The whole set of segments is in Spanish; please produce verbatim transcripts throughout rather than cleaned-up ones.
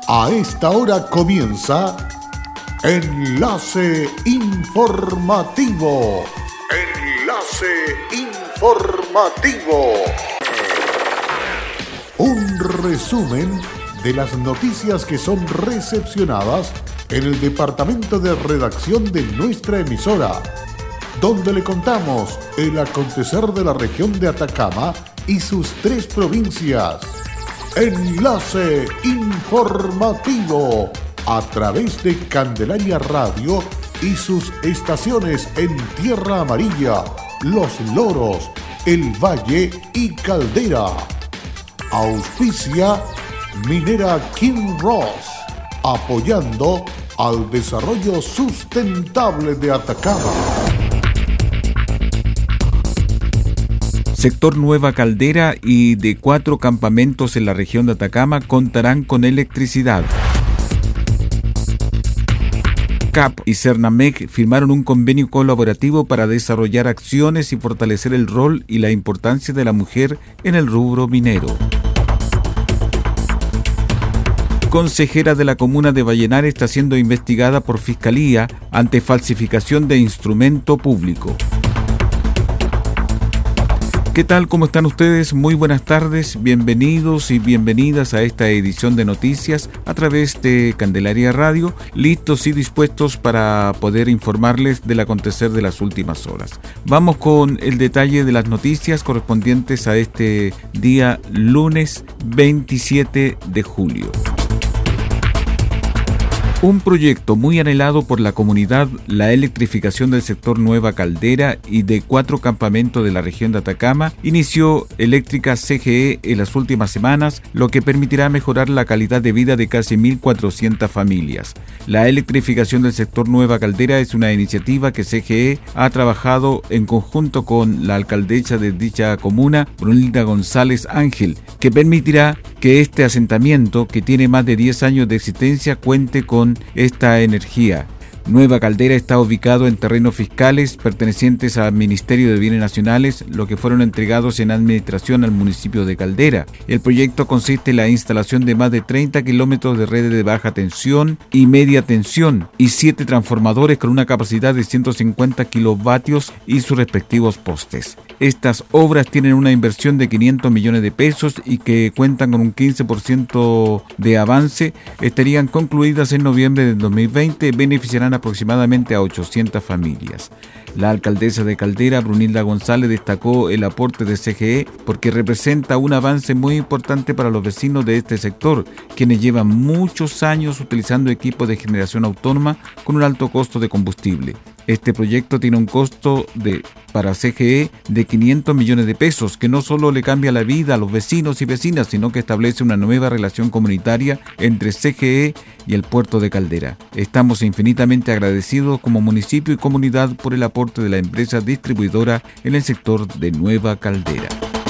A esta hora comienza Enlace Informativo. Enlace Informativo. Un resumen de las noticias que son recepcionadas en el departamento de redacción de nuestra emisora, donde le contamos el acontecer de la región de Atacama y sus tres provincias. Enlace Informativo a través de Candelaria Radio y sus estaciones en Tierra Amarilla, Los Loros, El Valle y Caldera. Auspicia Minera Kinross, apoyando al desarrollo sustentable de Atacama. Sector Nueva Caldera y de cuatro campamentos en la región de Atacama contarán con electricidad. C A P y Cernamec firmaron un convenio colaborativo para desarrollar acciones y fortalecer el rol y la importancia de la mujer en el rubro minero. Consejera de la comuna de Vallenar está siendo investigada por Fiscalía ante falsificación de instrumento público. ¿Qué tal? ¿Cómo están ustedes? Muy buenas tardes, bienvenidos y bienvenidas a esta edición de noticias a través de Candelaria Radio, listos y dispuestos para poder informarles del acontecer de las últimas horas. Vamos con el detalle de las noticias correspondientes a este día lunes veintisiete de julio. Un proyecto muy anhelado por la comunidad, la electrificación del sector Nueva Caldera y de cuatro campamentos de la región de Atacama, inició Eléctrica C G E en las últimas semanas, lo que permitirá mejorar la calidad de vida de casi mil cuatrocientas familias. La electrificación del sector Nueva Caldera es una iniciativa que C G E ha trabajado en conjunto con la alcaldesa de dicha comuna, Brunilda González Ángel, que permitirá que este asentamiento, que tiene más de diez años de existencia, cuente con esta energía. Nueva Caldera está ubicado en terrenos fiscales pertenecientes al Ministerio de Bienes Nacionales, lo que fueron entregados en administración al municipio de Caldera. El proyecto consiste en la instalación de más de treinta kilómetros de redes de baja tensión y media tensión y siete transformadores con una capacidad de ciento cincuenta kilovatios y sus respectivos postes. Estas obras tienen una inversión de quinientos millones de pesos y que cuentan con un quince por ciento de avance. Estarían concluidas en noviembre del dos mil veinte, beneficiarán aproximadamente a ochocientas familias. La alcaldesa de Caldera, Brunilda González, destacó el aporte de C G E porque representa un avance muy importante para los vecinos de este sector, quienes llevan muchos años utilizando equipos de generación autónoma con un alto costo de combustible. Este proyecto tiene un costo de, para C G E de quinientos millones de pesos, que no solo le cambia la vida a los vecinos y vecinas, sino que establece una nueva relación comunitaria entre C G E y el puerto de Caldera. Estamos infinitamente agradecidos como municipio y comunidad por el aporte de la empresa distribuidora en el sector de Nueva Caldera.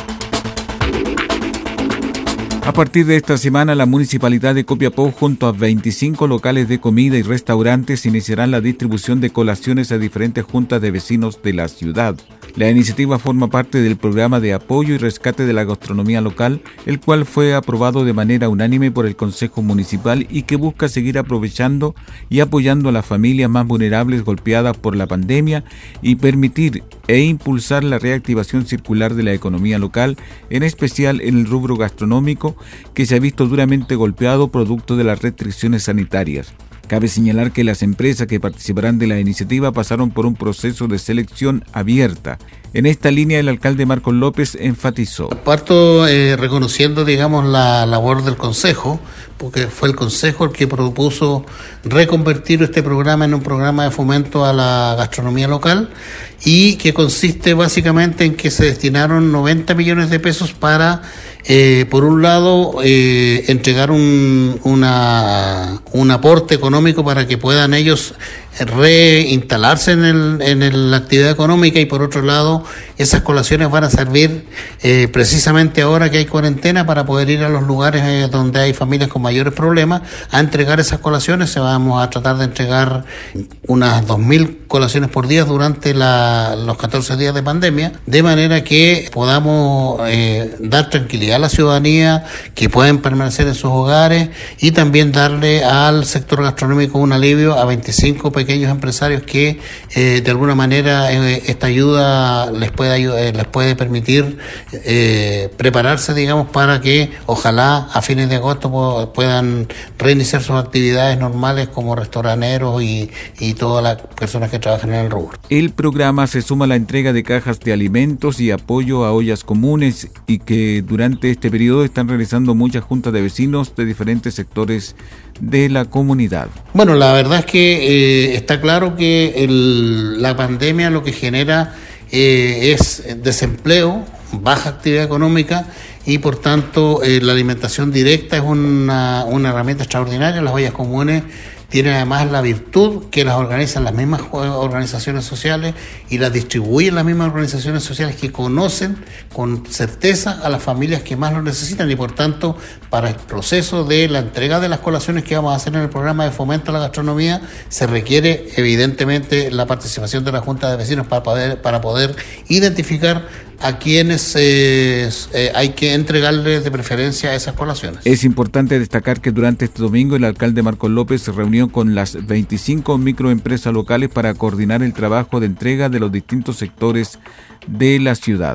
A partir de esta semana, la Municipalidad de Copiapó, junto a veinticinco locales de comida y restaurantes, iniciarán la distribución de colaciones a diferentes juntas de vecinos de la ciudad. La iniciativa forma parte del programa de apoyo y rescate de la gastronomía local, el cual fue aprobado de manera unánime por el Consejo Municipal y que busca seguir aprovechando y apoyando a las familias más vulnerables golpeadas por la pandemia y permitir e impulsar la reactivación circular de la economía local, en especial en el rubro gastronómico, que se ha visto duramente golpeado producto de las restricciones sanitarias. Cabe señalar que las empresas que participarán de la iniciativa pasaron por un proceso de selección abierta. En esta línea, el alcalde Marcos López enfatizó. Parto eh, reconociendo, digamos, la labor del Consejo, porque fue el Consejo el que propuso reconvertir este programa en un programa de fomento a la gastronomía local y que consiste básicamente en que se destinaron noventa millones de pesos para, eh, por un lado, eh, entregar un, una, un aporte económico para que puedan ellos reinstalarse en, el, en el, la actividad económica, y por otro lado esas colaciones van a servir eh, precisamente ahora que hay cuarentena para poder ir a los lugares eh, donde hay familias con mayores problemas a entregar esas colaciones. Se vamos a tratar de entregar unas dos mil colaciones por día durante la, los catorce días de pandemia, de manera que podamos eh, dar tranquilidad a la ciudadanía, que pueden permanecer en sus hogares, y también darle al sector gastronómico un alivio a veinticinco pequeños empresarios que eh, de alguna manera eh, esta ayuda les puede ayudar, eh, les puede permitir eh, prepararse, digamos, para que ojalá a fines de agosto puedan reiniciar sus actividades normales como restauranteros y, y todas las personas que trabajan en el rubro. El programa se suma a la entrega de cajas de alimentos y apoyo a ollas comunes, y que durante este periodo están realizando muchas juntas de vecinos de diferentes sectores de la comunidad. Bueno, la verdad es que eh, está claro que el, la pandemia lo que genera eh, es desempleo, baja actividad económica, y por tanto eh, la alimentación directa es una, una herramienta extraordinaria. Las ollas comunes tienen además la virtud que las organizan las mismas organizaciones sociales y las distribuyen las mismas organizaciones sociales, que conocen con certeza a las familias que más lo necesitan, y por tanto para el proceso de la entrega de las colaciones que vamos a hacer en el programa de fomento a la gastronomía se requiere evidentemente la participación de la Junta de Vecinos para poder, para poder identificar a quienes eh, eh, hay que entregarles de preferencia esas colaciones. Es importante destacar que durante este domingo el alcalde Marcos López se reunió con las veinticinco microempresas locales para coordinar el trabajo de entrega de los distintos sectores de la ciudad.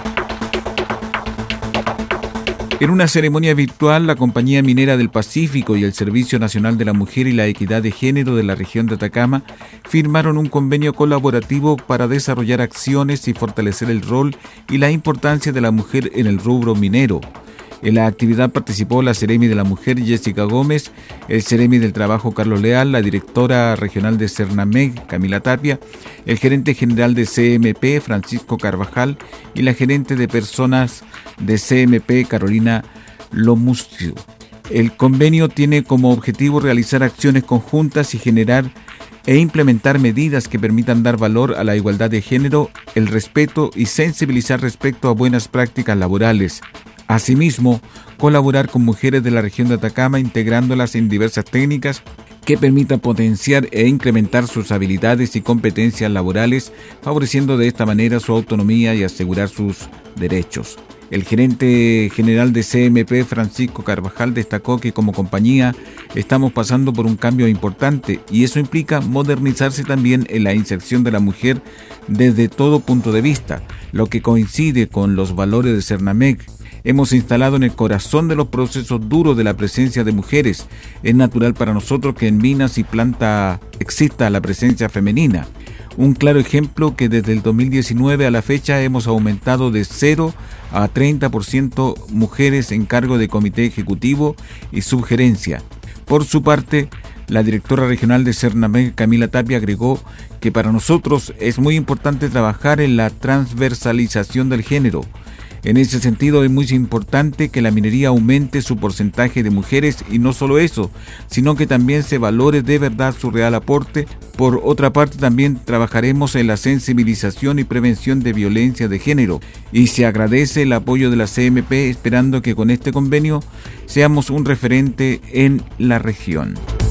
En una ceremonia virtual, la Compañía Minera del Pacífico y el Servicio Nacional de la Mujer y la Equidad de Género de la región de Atacama firmaron un convenio colaborativo para desarrollar acciones y fortalecer el rol y la importancia de la mujer en el rubro minero. En la actividad participó la Seremi de la Mujer, Jessica Gómez, el Seremi del Trabajo, Carlos Leal, la directora regional de Cernameg, Camila Tapia, el gerente general de C M P, Francisco Carvajal, y la gerente de personas de C M P, Carolina Lomuscio. El convenio tiene como objetivo realizar acciones conjuntas y generar e implementar medidas que permitan dar valor a la igualdad de género, el respeto y sensibilizar respecto a buenas prácticas laborales. Asimismo, colaborar con mujeres de la región de Atacama, integrándolas en diversas técnicas que permitan potenciar e incrementar sus habilidades y competencias laborales, favoreciendo de esta manera su autonomía y asegurar sus derechos. El gerente general de C M P, Francisco Carvajal, destacó que como compañía estamos pasando por un cambio importante, y eso implica modernizarse también en la inserción de la mujer desde todo punto de vista, lo que coincide con los valores de Cernameg. Hemos instalado en el corazón de los procesos duros de la presencia de mujeres. Es natural para nosotros que en minas y planta exista la presencia femenina. Un claro ejemplo que desde el dos mil diecinueve a la fecha hemos aumentado de cero a treinta por ciento mujeres en cargo de comité ejecutivo y subgerencia. Por su parte, la directora regional de Cernameg, Camila Tapia, agregó que para nosotros es muy importante trabajar en la transversalización del género. En ese sentido, es muy importante que la minería aumente su porcentaje de mujeres, y no solo eso, sino que también se valore de verdad su real aporte. Por otra parte, también trabajaremos en la sensibilización y prevención de violencia de género, y se agradece el apoyo de la C M P, esperando que con este convenio seamos un referente en la región.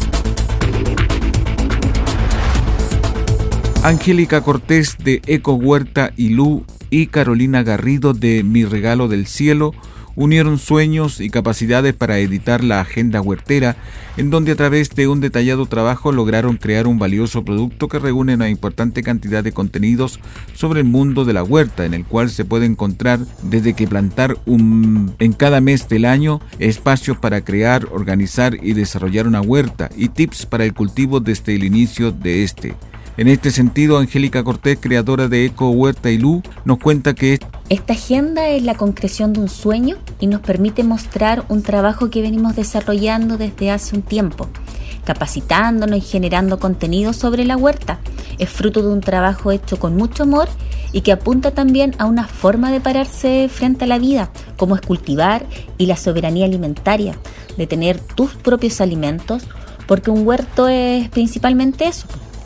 Angélica Cortés de Eco Huerta Ilú y Carolina Garrido de Mi Regalo del Cielo unieron sueños y capacidades para editar la Agenda Huertera, en donde a través de un detallado trabajo lograron crear un valioso producto que reúne una importante cantidad de contenidos sobre el mundo de la huerta, en el cual se puede encontrar desde que plantar un, en cada mes del año, espacios para crear, organizar y desarrollar una huerta, y tips para el cultivo desde el inicio de este. En este sentido, Angélica Cortés, creadora de Eco Huerta Ilú, nos cuenta que esta agenda es la concreción de un sueño y nos permite mostrar un trabajo que venimos desarrollando desde hace un tiempo, capacitándonos y generando contenido sobre la huerta. Es fruto de un trabajo hecho con mucho amor y que apunta también a una forma de pararse frente a la vida, como es cultivar y la soberanía alimentaria, de tener tus propios alimentos, porque un huerto es principalmente eso.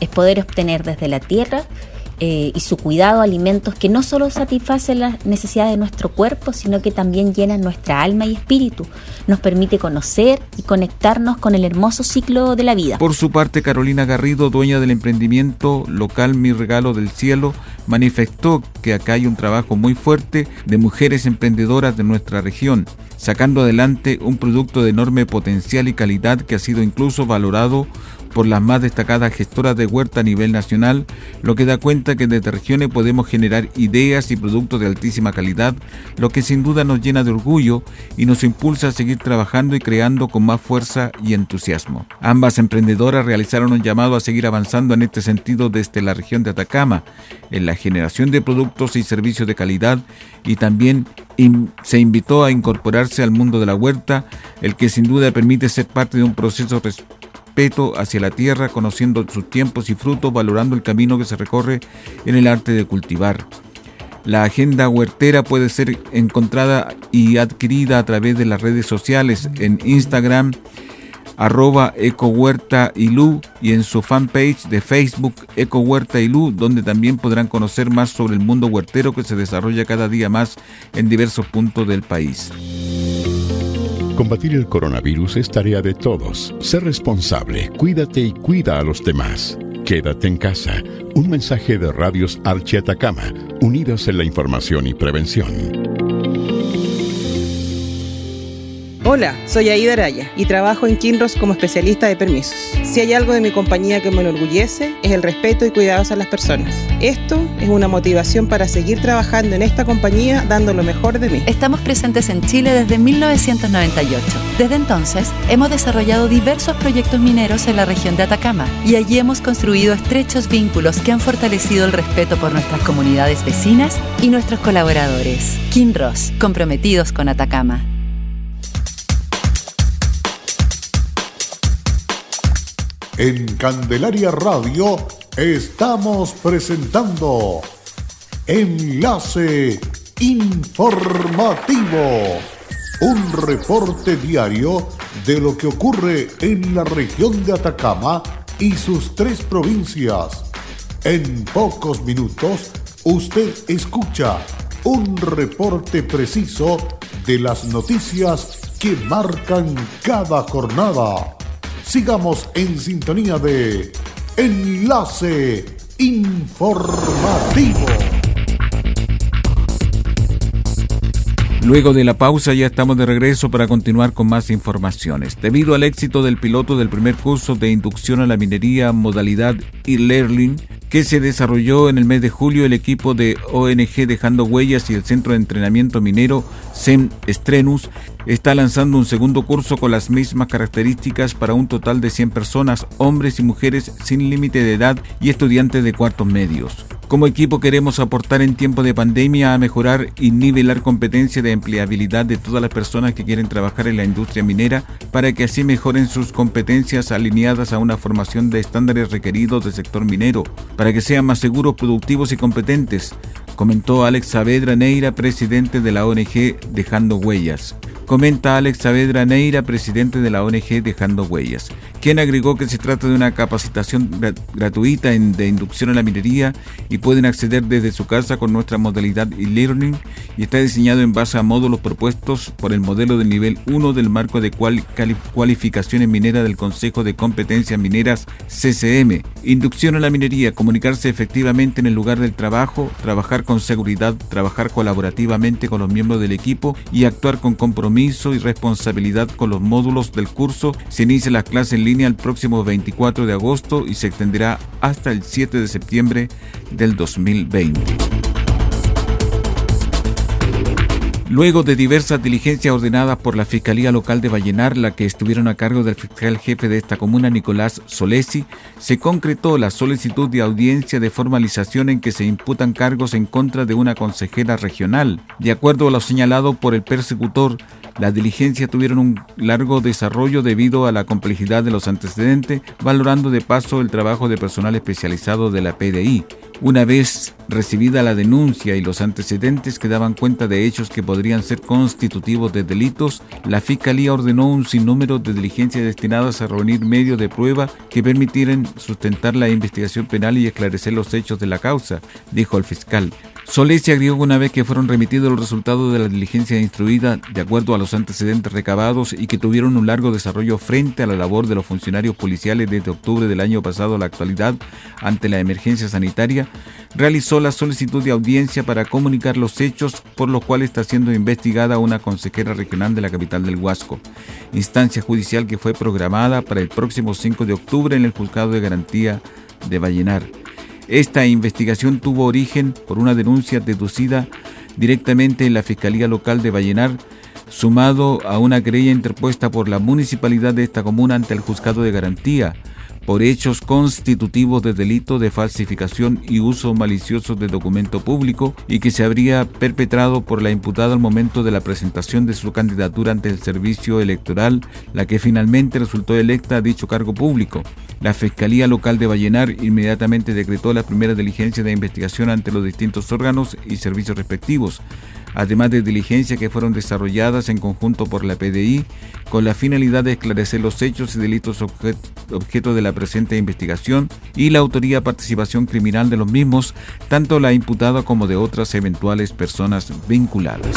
es poder obtener desde la tierra eh, y su cuidado alimentos que no solo satisfacen las necesidades de nuestro cuerpo, sino que también llenan nuestra alma y espíritu. Nos permite conocer y conectarnos con el hermoso ciclo de la vida. Por su parte, Carolina Garrido, dueña del emprendimiento local Mi Regalo del Cielo, manifestó que acá hay un trabajo muy fuerte de mujeres emprendedoras de nuestra región, sacando adelante un producto de enorme potencial y calidad que ha sido incluso valorado por las más destacadas gestoras de huerta a nivel nacional, lo que da cuenta que desde regiones podemos generar ideas y productos de altísima calidad, lo que sin duda nos llena de orgullo y nos impulsa a seguir trabajando y creando con más fuerza y entusiasmo. Ambas emprendedoras realizaron un llamado a seguir avanzando en este sentido desde la región de Atacama, en la generación de productos y servicios de calidad, y también in- se invitó a incorporarse al mundo de la huerta, el que sin duda permite ser parte de un proceso respetuoso respeto hacia la tierra, conociendo sus tiempos y frutos, valorando el camino que se recorre en el arte de cultivar. La agenda huertera puede ser encontrada y adquirida a través de las redes sociales en Instagram, arroba ecohuertailú, y en su fanpage de Facebook ecohuertailú, donde también podrán conocer más sobre el mundo huertero que se desarrolla cada día más en diversos puntos del país. Combatir el coronavirus es tarea de todos. Sé responsable, cuídate y cuida a los demás. Quédate en casa. Un mensaje de Radios Archi Atacama, unidos en la información y prevención. Hola, soy Aida Araya y trabajo en Kinross como especialista de permisos. Si hay algo de mi compañía que me enorgullece, es el respeto y cuidados a las personas. Esto es una motivación para seguir trabajando en esta compañía dando lo mejor de mí. Estamos presentes en Chile desde mil novecientos noventa y ocho. Desde entonces, hemos desarrollado diversos proyectos mineros en la región de Atacama y allí hemos construido estrechos vínculos que han fortalecido el respeto por nuestras comunidades vecinas y nuestros colaboradores. Kinross, comprometidos con Atacama. En Candelaria Radio estamos presentando Enlace Informativo, un reporte diario de lo que ocurre en la región de Atacama y sus tres provincias. En pocos minutos usted escucha un reporte preciso de las noticias que marcan cada jornada. Sigamos en sintonía de Enlace Informativo. Luego de la pausa ya estamos de regreso para continuar con más informaciones. Debido al éxito del piloto del primer curso de inducción a la minería modalidad e-learning que se desarrolló en el mes de julio, el equipo de O N G Dejando Huellas y el Centro de Entrenamiento Minero C E M Strenus está lanzando un segundo curso con las mismas características para un total de cien personas, hombres y mujeres sin límite de edad y estudiantes de cuartos medios. Como equipo queremos aportar en tiempo de pandemia a mejorar y nivelar competencia de empleabilidad de todas las personas que quieren trabajar en la industria minera para que así mejoren sus competencias alineadas a una formación de estándares requeridos del sector minero, para que sean más seguros, productivos y competentes, comentó Alex Saavedra Neira, presidente de la O N G Dejando Huellas. Comenta Alex Saavedra Neira, presidente de la O N G Dejando Huellas, quien agregó que se trata de una capacitación grat- gratuita en, de inducción a la minería y pueden acceder desde su casa con nuestra modalidad e-learning y está diseñado en base a módulos propuestos por el modelo del nivel uno del marco de cual- cali- cualificaciones mineras del Consejo de Competencias Mineras C C M. Inducción a la minería, comunicarse efectivamente en el lugar del trabajo, trabajar con seguridad, trabajar colaborativamente con los miembros del equipo y actuar con compromiso y responsabilidad con los módulos del curso. Se inicia las clases en línea el próximo veinticuatro de agosto y se extenderá hasta el siete de septiembre del dos mil veinte. Luego de diversas diligencias ordenadas por la Fiscalía Local de Vallenar, la que estuvieron a cargo del fiscal jefe de esta comuna, Nicolás Solesi, se concretó la solicitud de audiencia de formalización en que se imputan cargos en contra de una consejera regional. De acuerdo a lo señalado por el persecutor, las diligencias tuvieron un largo desarrollo debido a la complejidad de los antecedentes, valorando de paso el trabajo de personal especializado de la P D I. Una vez recibida la denuncia y los antecedentes que daban cuenta de hechos que podrían ser constitutivos de delitos, la Fiscalía ordenó un sinnúmero de diligencias destinadas a reunir medios de prueba que permitieran sustentar la investigación penal y esclarecer los hechos de la causa, dijo el fiscal. Solesi agregó que una vez que fueron remitidos los resultados de la diligencia instruida de acuerdo a los antecedentes recabados y que tuvieron un largo desarrollo frente a la labor de los funcionarios policiales desde octubre del año pasado a la actualidad ante la emergencia sanitaria, realizó la solicitud de audiencia para comunicar los hechos por los cuales está siendo investigada una consejera regional de la capital del Huasco, instancia judicial que fue programada para el próximo cinco de octubre en el Juzgado de Garantía de Vallenar. Esta investigación tuvo origen por una denuncia deducida directamente en la Fiscalía Local de Vallenar, sumado a una querella interpuesta por la municipalidad de esta comuna ante el Juzgado de Garantía por hechos constitutivos de delito de falsificación y uso malicioso de documento público y que se habría perpetrado por la imputada al momento de la presentación de su candidatura ante el servicio electoral, la que finalmente resultó electa a dicho cargo público. La Fiscalía Local de Vallenar inmediatamente decretó las primeras diligencias de investigación ante los distintos órganos y servicios respectivos, además de diligencias que fueron desarrolladas en conjunto por la P D I con la finalidad de esclarecer los hechos y delitos objet- objeto de la presente investigación y la autoría y participación criminal de los mismos, tanto la imputada como de otras eventuales personas vinculadas.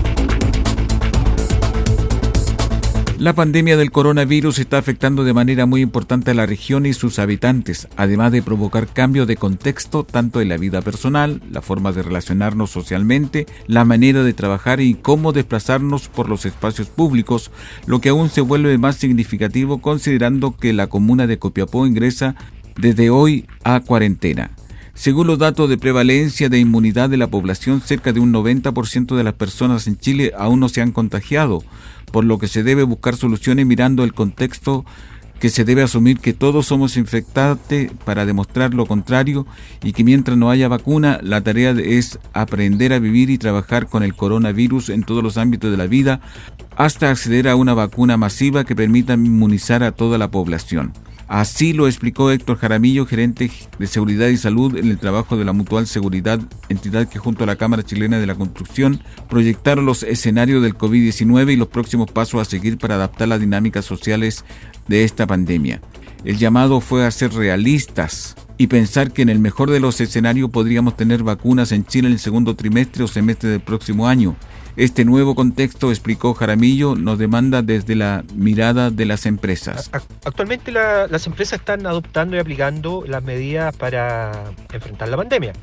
La pandemia del coronavirus está afectando de manera muy importante a la región y sus habitantes, además de provocar cambios de contexto tanto en la vida personal, la forma de relacionarnos socialmente, la manera de trabajar y cómo desplazarnos por los espacios públicos, lo que aún se vuelve más significativo considerando que la comuna de Copiapó ingresa desde hoy a cuarentena. Según los datos de prevalencia de inmunidad de la población, cerca de un noventa por ciento de las personas en Chile aún no se han contagiado, por lo que se debe buscar soluciones mirando el contexto que se debe asumir que todos somos infectantes para demostrar lo contrario y que mientras no haya vacuna, la tarea es aprender a vivir y trabajar con el coronavirus en todos los ámbitos de la vida hasta acceder a una vacuna masiva que permita inmunizar a toda la población. Así lo explicó Héctor Jaramillo, gerente de Seguridad y Salud en el trabajo de la Mutual Seguridad, entidad que junto a la Cámara Chilena de la Construcción proyectaron los escenarios del COVID diecinueve y los próximos pasos a seguir para adaptar las dinámicas sociales de esta pandemia. El llamado fue a ser realistas y pensar que en el mejor de los escenarios podríamos tener vacunas en Chile en el segundo trimestre o semestre del próximo año. Este nuevo contexto, explicó Jaramillo, nos demanda desde la mirada de las empresas. Actualmente la, las empresas están adoptando y aplicando las medidas para enfrentar la pandemia.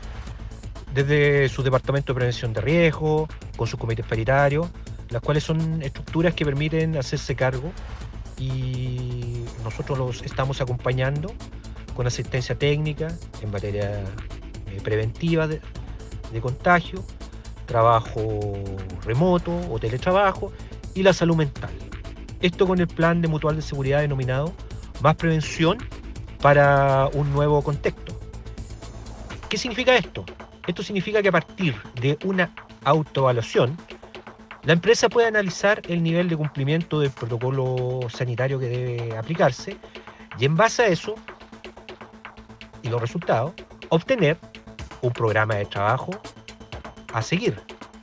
Desde su departamento de prevención de riesgo, con sus comités paritarios, las cuales son estructuras que permiten hacerse cargo y nosotros los estamos acompañando con asistencia técnica en materia eh, preventiva de, de contagio, trabajo remoto o teletrabajo y la salud mental. Esto con el plan de Mutual de Seguridad denominado Más Prevención para un nuevo contexto. ¿Qué significa esto? Esto significa que a partir de una autoevaluación, la empresa puede analizar el nivel de cumplimiento del protocolo sanitario que debe aplicarse y en base a eso y los resultados, obtener un programa de trabajo a seguir,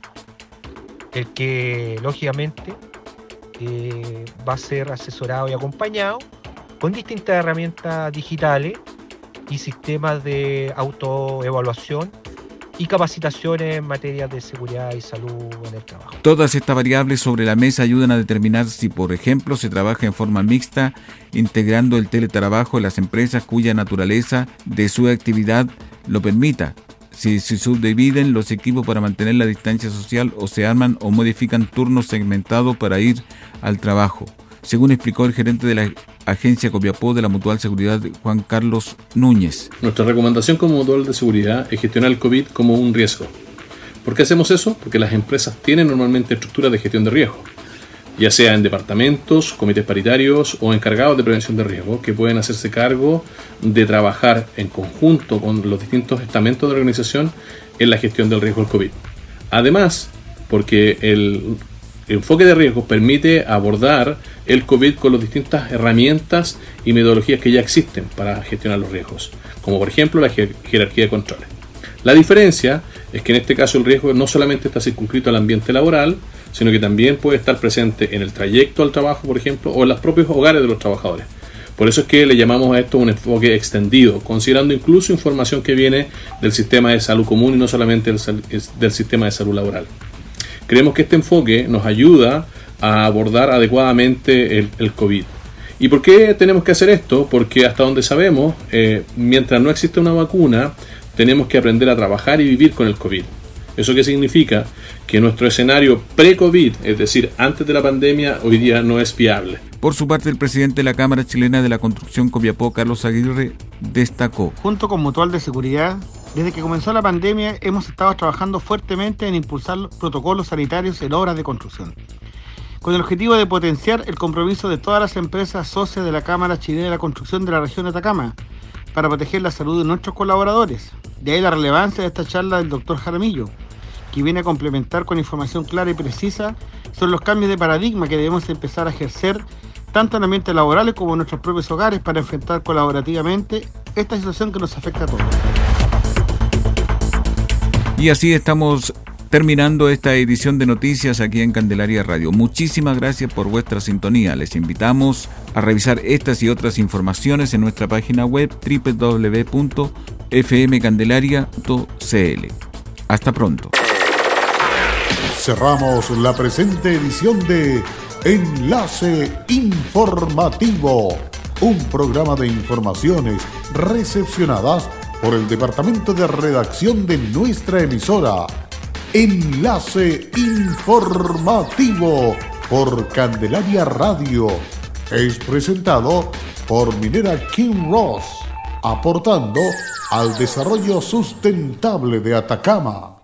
el que lógicamente eh, va a ser asesorado y acompañado con distintas herramientas digitales y sistemas de autoevaluación y capacitaciones en materia de seguridad y salud en el trabajo. Todas estas variables sobre la mesa ayudan a determinar si, por ejemplo, se trabaja en forma mixta, integrando el teletrabajo en las empresas cuya naturaleza de su actividad lo permita, si se subdividen los equipos para mantener la distancia social o se arman o modifican turnos segmentados para ir al trabajo, según explicó el gerente de la agencia Copiapó de la Mutual Seguridad, Juan Carlos Núñez. Nuestra recomendación como Mutual de Seguridad es gestionar el COVID como un riesgo. ¿Por qué hacemos eso? Porque las empresas tienen normalmente estructuras de gestión de riesgo, ya sea en departamentos, comités paritarios o encargados de prevención de riesgo, que pueden hacerse cargo de trabajar en conjunto con los distintos estamentos de la organización en la gestión del riesgo del COVID. Además, porque el enfoque de riesgos permite abordar el COVID con las distintas herramientas y metodologías que ya existen para gestionar los riesgos, como por ejemplo la jer- jerarquía de controles. La diferencia es que en este caso el riesgo no solamente está circunscrito al ambiente laboral, sino que también puede estar presente en el trayecto al trabajo, por ejemplo, o en los propios hogares de los trabajadores. Por eso es que le llamamos a esto un enfoque extendido, considerando incluso información que viene del sistema de salud común y no solamente del, del sistema de salud laboral. Creemos que este enfoque nos ayuda a abordar adecuadamente el, el COVID. ¿Y por qué tenemos que hacer esto? Porque hasta donde sabemos, eh, mientras no existe una vacuna, tenemos que aprender a trabajar y vivir con el COVID. ¿Eso qué significa? Que nuestro escenario pre-COVID, es decir, antes de la pandemia, hoy día no es viable. Por su parte, el presidente de la Cámara Chilena de la Construcción Copiapó, Carlos Aguirre, destacó: junto con Mutual de Seguridad, desde que comenzó la pandemia hemos estado trabajando fuertemente en impulsar protocolos sanitarios en obras de construcción, con el objetivo de potenciar el compromiso de todas las empresas socias de la Cámara Chilena de la Construcción de la región de Atacama para proteger la salud de nuestros colaboradores. De ahí la relevancia de esta charla del doctor Jaramillo, que viene a complementar con información clara y precisa sobre los cambios de paradigma que debemos empezar a ejercer tanto en ambientes laborales como en nuestros propios hogares para enfrentar colaborativamente esta situación que nos afecta a todos. Y así estamos terminando esta edición de noticias aquí en Candelaria Radio. Muchísimas gracias por vuestra sintonía. Les invitamos a revisar estas y otras informaciones en nuestra página web doble u doble u doble u punto f m candelaria punto c l. Hasta pronto. Cerramos la presente edición de Enlace Informativo, un programa de informaciones recepcionadas por el Departamento de Redacción de nuestra emisora. Enlace Informativo por Candelaria Radio. Es presentado por Minera Kinross, aportando al desarrollo sustentable de Atacama.